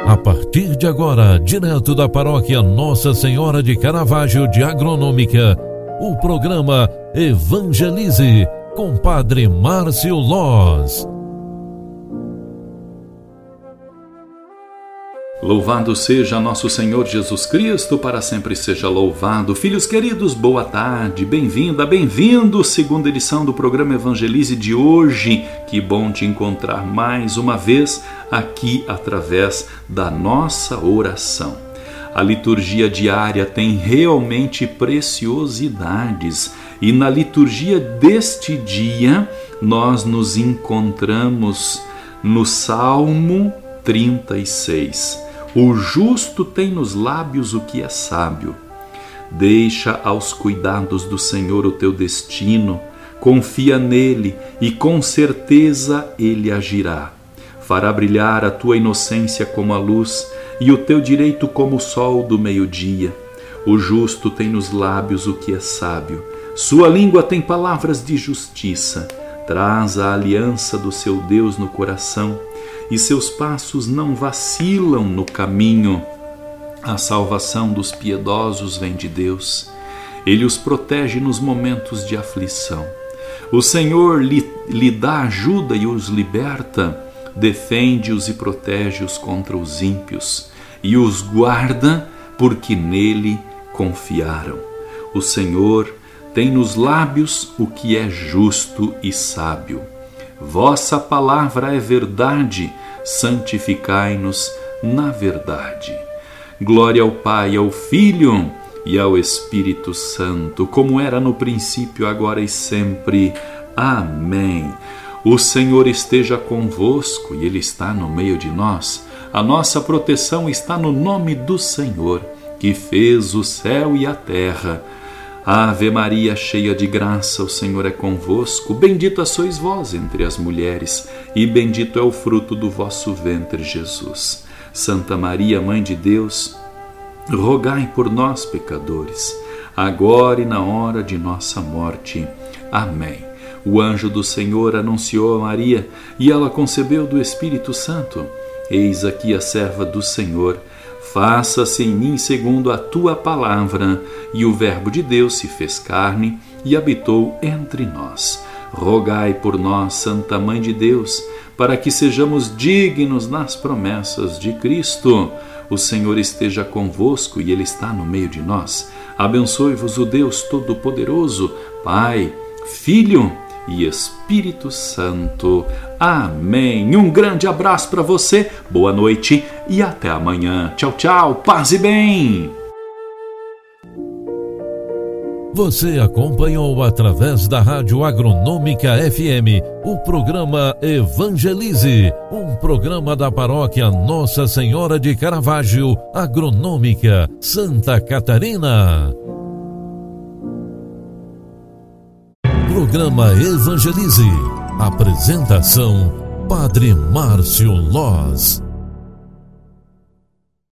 A partir de agora, direto da paróquia Nossa Senhora de Caravaggio de Agronômica, o programa Evangelize com Padre Márcio Loz. Louvado seja nosso Senhor Jesus Cristo, para sempre seja louvado. Filhos queridos, boa tarde, bem-vinda, bem-vindo, segunda edição do programa Evangelize de hoje. Que bom te encontrar mais uma vez aqui através da nossa oração. A liturgia diária tem realmente preciosidades e na liturgia deste dia nós nos encontramos no Salmo 36. O justo tem nos lábios o que é sábio. Deixa aos cuidados do Senhor o teu destino, confia nele e com certeza ele agirá. Fará brilhar a tua inocência como a luz e o teu direito como o sol do meio-dia. O justo tem nos lábios o que é sábio. Sua língua tem palavras de justiça. Traz a aliança do seu Deus no coração e seus passos não vacilam no caminho. A salvação dos piedosos vem de Deus. Ele os protege nos momentos de aflição. O Senhor lhe dá ajuda e os liberta, defende-os e protege-os contra os ímpios, e os guarda porque nele confiaram. O Senhor tem nos lábios o que é justo e sábio. Vossa palavra é verdade, santificai-nos na verdade. Glória ao Pai, ao Filho e ao Espírito Santo, como era no princípio, agora e sempre. Amém. O Senhor esteja convosco e Ele está no meio de nós. A nossa proteção está no nome do Senhor, que fez o céu e a terra. Ave Maria, cheia de graça, o Senhor é convosco. Bendita sois vós entre as mulheres, e bendito é o fruto do vosso ventre, Jesus. Santa Maria, Mãe de Deus, rogai por nós, pecadores, agora e na hora de nossa morte. Amém. O anjo do Senhor anunciou a Maria, e ela concebeu do Espírito Santo. Eis aqui a serva do Senhor. Faça-se em mim segundo a tua palavra. E o Verbo de Deus se fez carne e habitou entre nós. Rogai por nós, Santa Mãe de Deus, para que sejamos dignos nas promessas de Cristo. O Senhor esteja convosco e Ele está no meio de nós. Abençoe-vos o Deus Todo-Poderoso, Pai, Filho e Espírito Santo. Amém. Um grande abraço para você, boa noite e até amanhã. Tchau, tchau, paz e bem. Você acompanhou através da Rádio Agronômica FM o programa Evangelize, um programa da paróquia Nossa Senhora de Caravaggio, Agronômica, Santa Catarina. Programa Evangelize. Apresentação: Padre Márcio Loz.